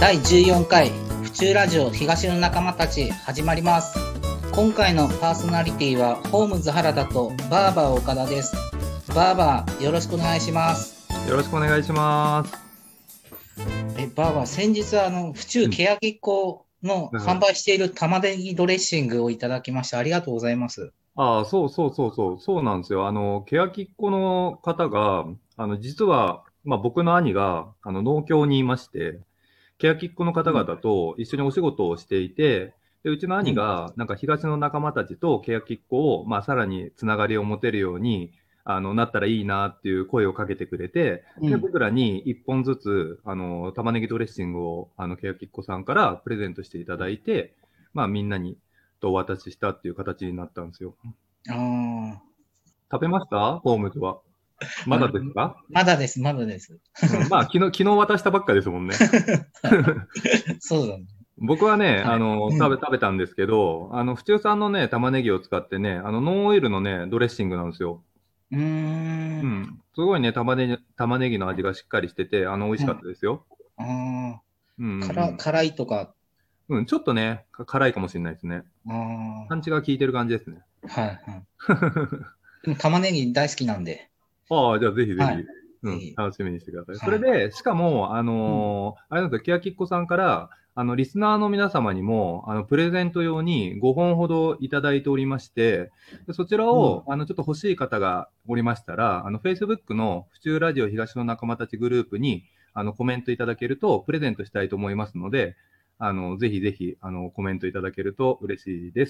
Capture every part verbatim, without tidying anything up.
だいじゅうよんかい府中ラジオ東の仲間たち始まります。今回のパーソナリティはホームズ原田とバーバー岡田です。バーバーよろしくお願いします。 よろしくお願いします。 えバーバー、先日あの府中けやきっこのうん販売している玉ねぎドレッシングをいただきましてありがとうございます。 ああ、そうそうそうそう、そうなんですよ。あの、ケヤキっ子の方が、あの、実は、まあ僕の兄が、あの、農協にいまして、ケヤキっ子の方うん 々と一緒にお仕事をしていて、で、うちのうん、 兄が、なんか東の仲間たちとケヤキっ子を、まあさらにつながりを持てるように、あの、なったらいいなっていう声をかけてくれて、で、 うん、 僕らに一本ずつ、あの、玉ねぎドレッシングを、あの、ケヤキっ子さんからプレゼントしていただいて、まあみんなに、とお渡ししたっていう形になったんですよ。 あ食べましたホームズは。まだあのですか？ まだですまだです。 うん。まあ、昨日、昨日渡したばっかですもんね。 そうだね。 僕はね、 はい。 あの、食べ、 うん。 食べたんですけど、あの、府中産のね、玉ねぎを使ってね、あの、ノンオイルのね、ドレッシングなんですよ。 うーん。 うん。すごいね、玉ねぎ、玉ねぎの味がしっかりしてて、あの、美味しかったうん。 ですよ。 ああ、 うん辛、 うん辛いとか。 うん。うん、ちょっとね、か辛いかもしれないですね。パンあチが効いてる感じですね。 あ、はいはい。でも玉ねぎ大好きなんで。 ああ、じゃあぜひぜひ、 はい。 うん、 ぜひ。 楽しみにしてください。そはい。 れで、しかも、あうん。 のーあれなんですよ、きやきっこさんから、あの、リスナーの皆様にも、あの、プレゼント用にごほんほどいただいておりまして、でそちらを、 うん。 あの、ちょっと欲しい方がおりましたら、あの、Facebook の府中ラジオ東の仲間たちグループに、あの、コメントいただけると、プレゼントしたいと思いますので、あの、ぜひぜひ、あの、コメントいただけると嬉しいです。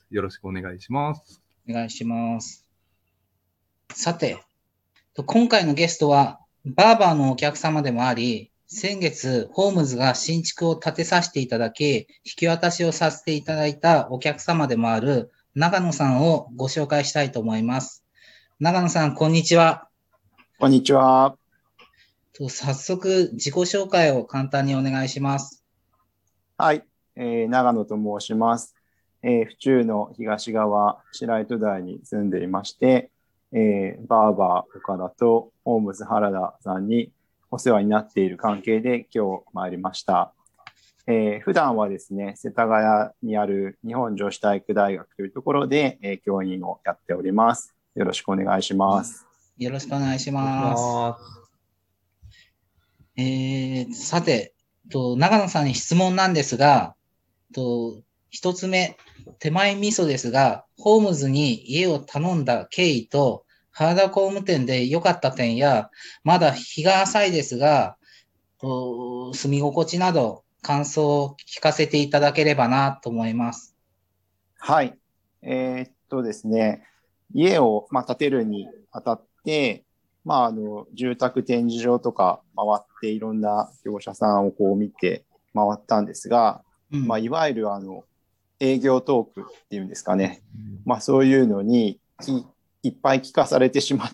よろしくお願いします。 お願いします。さて、今回のゲストは、バーバーのお客様でもあり、先月、ホームズが新築を建てさせていただき、引き渡しをさせていただいたお客様でもある長野さんをご紹介したいと思います。長野さん、こんにちは。 こんにちは。 と早速、自己紹介を簡単にお願いします。 はい、えー長野と申します。えー府中の東側、白糸台に住んでいまして、えーバーバー岡田とホームズ原田さんにお世話になっている関係で今日参りました。えー普段はですね、世田谷にある日本女子体育大学というところで、えー教員をやっております。よろしくお願いします。 よろしくお願いしお願いします。 ます。 えー、さて、と長野さんに質問なんですが、と一つ目、手前味噌ですが、ホームズに家を頼んだ経緯と、原田工務店で良かった点や、まだ日が浅いですが、と住み心地など感想を聞かせていただければなと思います。 はい。えーっとですね、家を、まあ、建てるにあたって、まあ、あの、住宅展示場とか回っていろんな業者さんをこう見て回ったんですが、まあ、 うん。 いわゆるあの、営業トークっていうんですかね。まあ、そういうのにきいっぱい聞かされてしまって、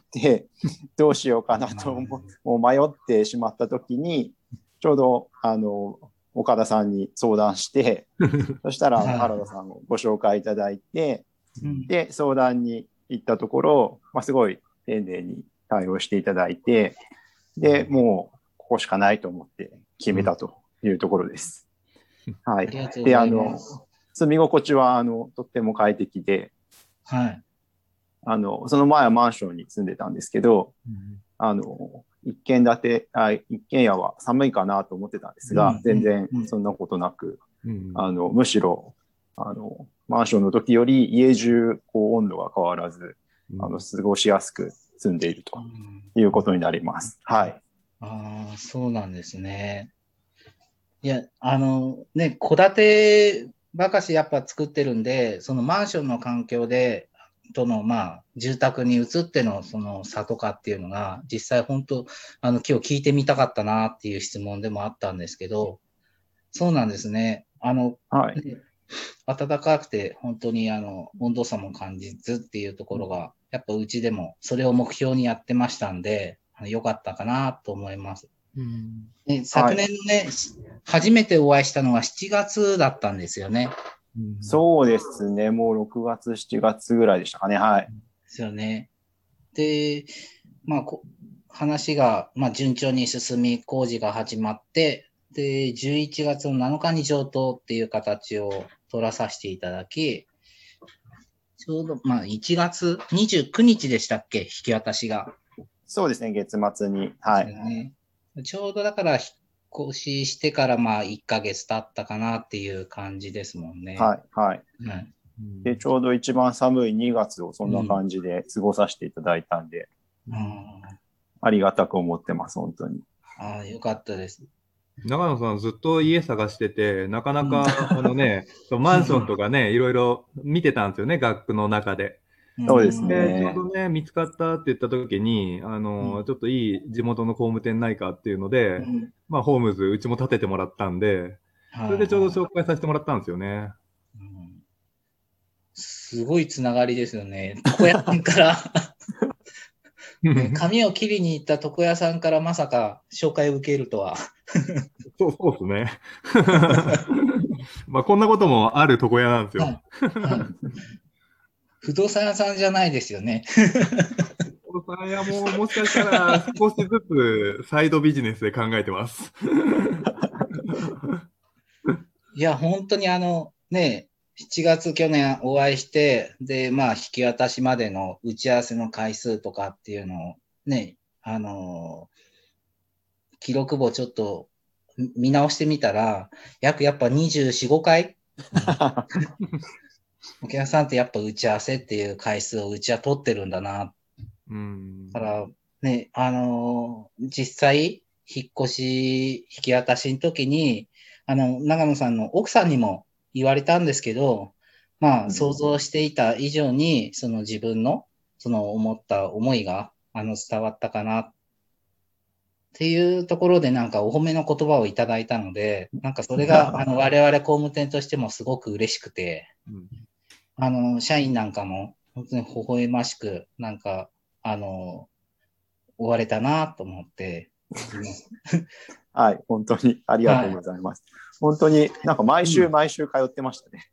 どうしようかなと思う迷ってしまった時に、ちょうど、あの、岡田さんに相談して、そしたらあのは原田さんをご紹介いただいて、 い。うん。 で、相談に行ったところ、まあ、すごい丁寧に対応していただいて、で、もうここしかないと思って決めたというところです。はあい。 りがとうごで、 ざあの、 います。 住み心地は、あの、とっても快適で、 はい。 あの、その前はマンションに住んでたんですけど、あの、一軒建て、あ、一軒家は寒いかなと思ってたんですが、 うん。 全然うん。 そんなことなく、 うんあの、むしろ、あの、マンションの時より家中、こう、温度が変わらず、あの、過ごしやすく住んでいるということになります。はい。 ああ、そうなんですね。いや、あのね、戸建てばかしやっぱ作ってるんで、そのマンションの環境で、との、まあ、住宅に移ってのその差とかっていうのが、実際本当、あの、今日聞いてみたかったなっていう質問でもあったんですけど、そうなんですね。あの、 はい。 ね暖かくて、本当にあの、温度差も感じずっていうところが、やっぱうちでもそれを目標にやってましたんで、あの良かったかなと思います。 うんね、昨はい。 年のね、初めてお会いしたのはしちがつだったんですよね。 うんそうですね。もうろくがつ、しちがつぐらいでしたかね。はい。 ですよね。で、まあ、こ話が、まあ、順調に進み、工事が始まって、 で、じゅういちがつのなのかに上等っていう形を取らさせていただき、ちょうど、まあ、いちがつにじゅうくにちでしたっけ、引き渡しが。 そうですね、月末に。はい。 ね、ちょうどだから、引っ越ししてから、まあ、いっかげつ経ったかなっていう感じですもんね。 はい、はい。 うん、 で、ちょうど一番寒いにがつをそんな感じで過ごさせていただいたんで、 うん、 ありがたく思ってます、本当に。 ああ、よかったです。 長野さんずっと家探してて、なかなか、あのね、マンションとかね、いろいろ見てたんですよね、学区の中で。 そうですで、ちょうね。 どね、見つかったって言った時に、あの、 うんちょっといい地元の工務店ないかっていうので、 うん、 まあ、ホームズ、うちも建ててもらったんで、それでちょうど紹介させてもらったんですよね。 うん、すごいつながりですよね。床屋さんからね、髪を切りに行った床屋さんからまさか紹介を受けるとは。 そう、そうですね。まあ、こんなこともある床屋なんですよ。 はいはい、不動産屋さんじゃないですよね。 不動産屋ももしかしたら少しずつサイドビジネスで考えてます。 いや、本当にあの、ね、しちがつ去年お会いして、で、まあ、引き渡しまでの打ち合わせの回数とかっていうのを、ね、あのー記録簿ちょっと見直してみたら、約やっぱにじゅうよん、ごかい、うん、お客さんってやっぱ打ち合わせっていう回数をうちは取ってるんだな。 うん。 だから、ね、あのー実際、引っ越し、引き渡しの時に、あの、長野さんの奥さんにも言われたんですけど、まあ、想像していた以上に、その自分の、その思った思いが、あの、伝わったかなっていうところで、なんかお褒めの言葉をいただいたので、なんかそれが、あの、我々工務店としてもすごく嬉しくて、 うんあの、社員なんかも、本当に微笑ましく、なんか、あの、終われたなと思っています。 はい、本当にありがとうございます。はい、本当になんか毎週毎週通ってましたね。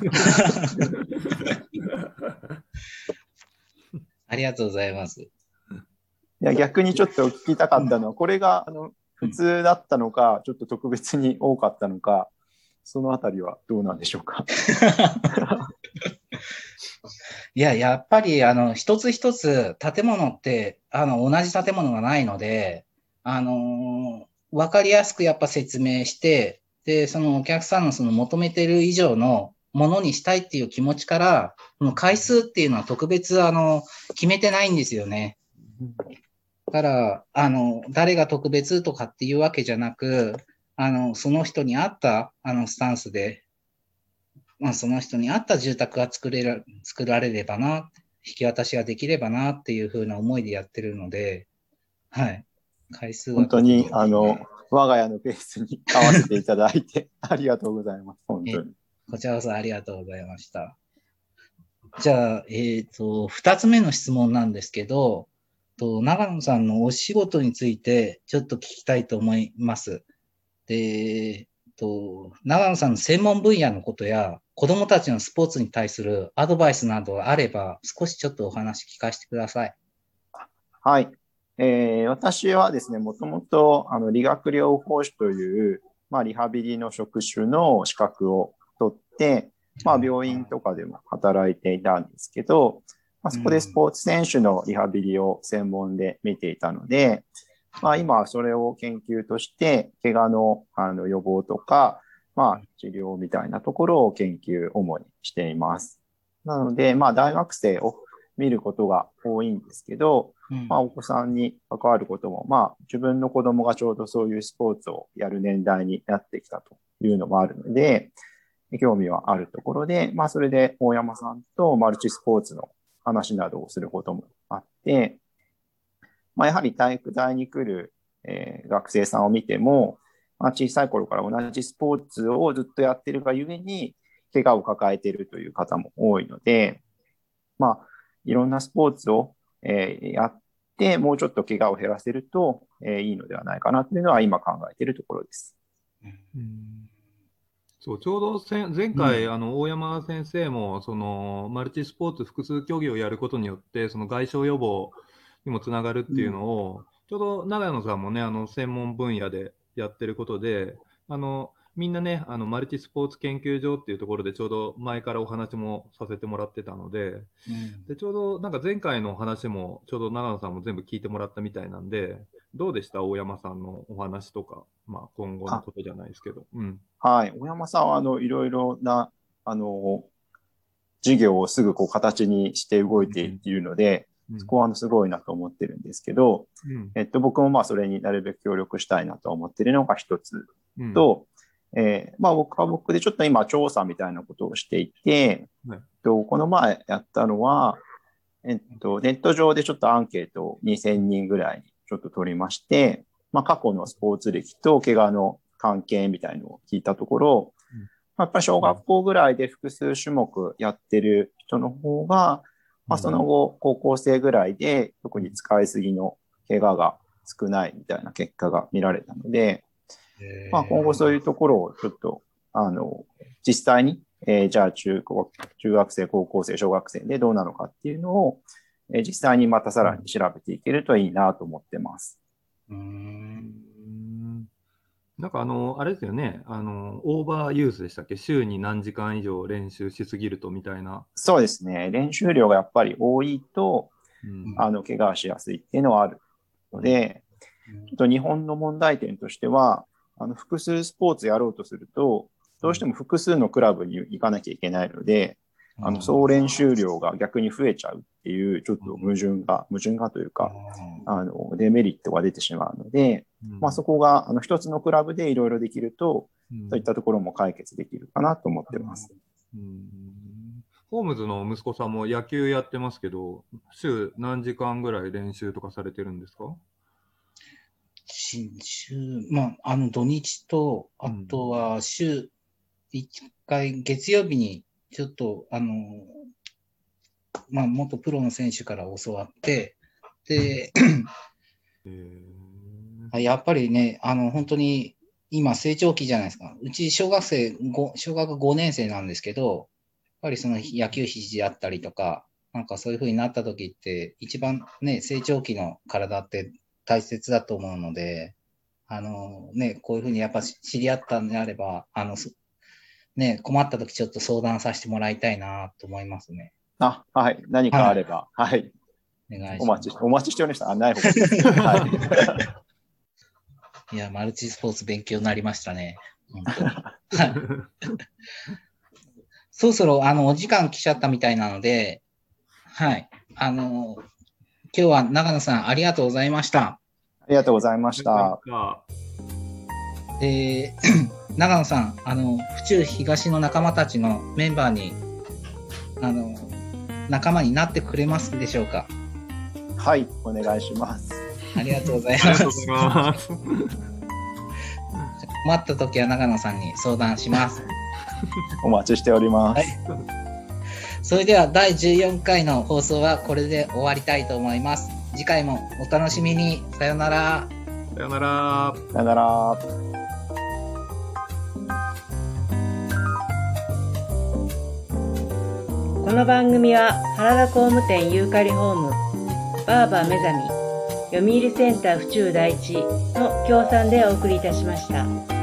ありがとうございます。いや逆にちょっと聞きたかったのは、これがあの普通だったのか、ちょっと特別に多かったのか、そのあたりはどうなんでしょうか。 いや、やっぱり、あの、一つ一つ建物って、あの、同じ建物がないので、あのー、わかりやすくやっぱ説明して、で、そのお客さんのその求めてる以上のものにしたいっていう気持ちから、その回数っていうのは特別、あの、決めてないんですよね。だから、あの、誰が特別とかっていうわけじゃなく、あの、その人に合った、あの、スタンスで、まあ、その人に合った住宅が作れる、作られればな、引き渡しができればなっていうふうな思いでやってるので、はい。回数は本当に、あの、我が家のペースに合わせていただいて、ありがとうございます。本当に。 こちらこそありがとうございました。じゃあ、えっと、二つ目の質問なんですけど、と長野さんのお仕事についてちょっと聞きたいと思います。で、と長野さんの専門分野のことや子どもたちのスポーツに対するアドバイスなどあれば少しちょっとお話聞かせてください。 はい。えー、私はですね、もともとあの理学療法士という、まあ、リハビリの職種の資格を取って、まあ、病院とかでも働いていたんですけど、まあ、そこでスポーツ選手のリハビリを専門で見ていたので、まあ、今はそれを研究として、怪我のあの予防とか、まあ、治療みたいなところを研究主にしています。なので、まあ、大学生を見ることが多いんですけど、まあ、お子さんに関わることも、まあ、自分の子供がちょうどそういうスポーツをやる年代になってきたというのもあるので、興味はあるところで、まあ、それで大山さんとマルチスポーツの話などをすることもあって、まあ、やはり体育大に来る、えー、学生さんを見ても、まあ、小さい頃から同じスポーツをずっとやってるがゆえに、怪我を抱えているという方も多いので、まあ、いろんなスポーツを、えー、やって、もうちょっと怪我を減らせると、えー、いいのではないかなというのは今考えているところです。 うんそうちょうどせ前回、うん、あの大山先生もそのマルチスポーツ複数競技をやることによってその外傷予防にもつながるっていうのを、うん、ちょうど長野さんもねあの専門分野でやってることであの、みんなね、あの、マルチスポーツ研究所っていうところでちょうど前からお話もさせてもらってたので、 うんで、ちょうどなんか前回のお話もちょうど長野さんも全部聞いてもらったみたいなんで、どうでした大山さんのお話とか、まあ今後のことじゃないですけど。うん。 はい。大山さんは、あの、いろいろな、あの、事業をすぐこう形にして動いているので、 うん、 そこはあのすごいなと思ってるんですけど、 うん、 えっと、僕もまあそれになるべく協力したいなと思っているのが一つうん、 と、えーまあ僕は僕でちょっと今調査みたいなことをしていて、 はい、 えっと、この前やったのは、えっと、ネット上でちょっとアンケートをにせんにんぐらいにちょっと取りまして、まあ過去のスポーツ歴と怪我の関係みたいのを聞いたところ、 うんやっぱり小学校ぐらいで複数種目やってる人の方が、まあ、その後、高校生ぐらいで特に使いすぎの怪我が少ないみたいな結果が見られたので、まあ、今後そういうところをちょっと、あの、実際に、えー、じゃあ中高、中学生、高校生、小学生でどうなのかっていうのを、えー、実際にまたさらに調べていけるといいなと思ってます。 うーんなんかあの、あれですよね、あの、オーバーユースでしたっけ、週に何時間以上練習しすぎるとみたいな。 そうですね。練習量がやっぱり多いと、 うん、 あの、怪我しやすいっていうのはあるので、ちょっと日本の問題点としては、あの、複数スポーツやろうとすると、どうしても複数のクラブに行かなきゃいけないので、あの、総練習量が逆に増えちゃうっていう、ちょっと矛盾が、矛盾がというか、あの、デメリットが出てしまうので、まあそこが、あの、一つのクラブでいろいろできると、そういったところも解決できるかなと思ってます。 うんうん、ホームズの息子さんも野球やってますけど、週何時間ぐらい練習とかされてるんですか？ 週、まあ、あの、土日と、あとは週いっかい、月曜日に、ちょっと、あの、まあ、元プロの選手から教わって、で、やっぱりね、あの、本当に、今、成長期じゃないですか。うち、小学生、小学ごねん生なんですけど、やっぱりその野球肘あったりとか、なんかそういう風になった時って、一番ね、成長期の体って大切だと思うので、あのね、こういう風にやっぱ知り合ったんであれば、あの、ね、困った時ちょっと相談させてもらいたいなと思いますね。 あ、はい。何かあれば、はい。はい、 お願いします。 お待ち、お待ちしておりました。あ、ない方がいいです。はい。 いや、マルチスポーツ勉強になりましたね。本当そろそろ、あの、お時間来ちゃったみたいなので、はい。あの、今日は長野さんありがとうございました。 ありがとうございました。 で、長野さん、あの、府中東の仲間たちのメンバーに、あの、仲間になってくれますでしょうか？ はい、お願いします。 ありがとうございます。ます困った時は長野さんに相談します。 お待ちしております。はい、 それではだいじゅうよんかいの放送はこれで終わりたいと思います。次回もお楽しみに。さよなら。 さよなら。 さよなら。 この番組は原田工務店ユーカリホーム、バーバー目覚み、読売センター府中第一の協賛でお送りいたしました。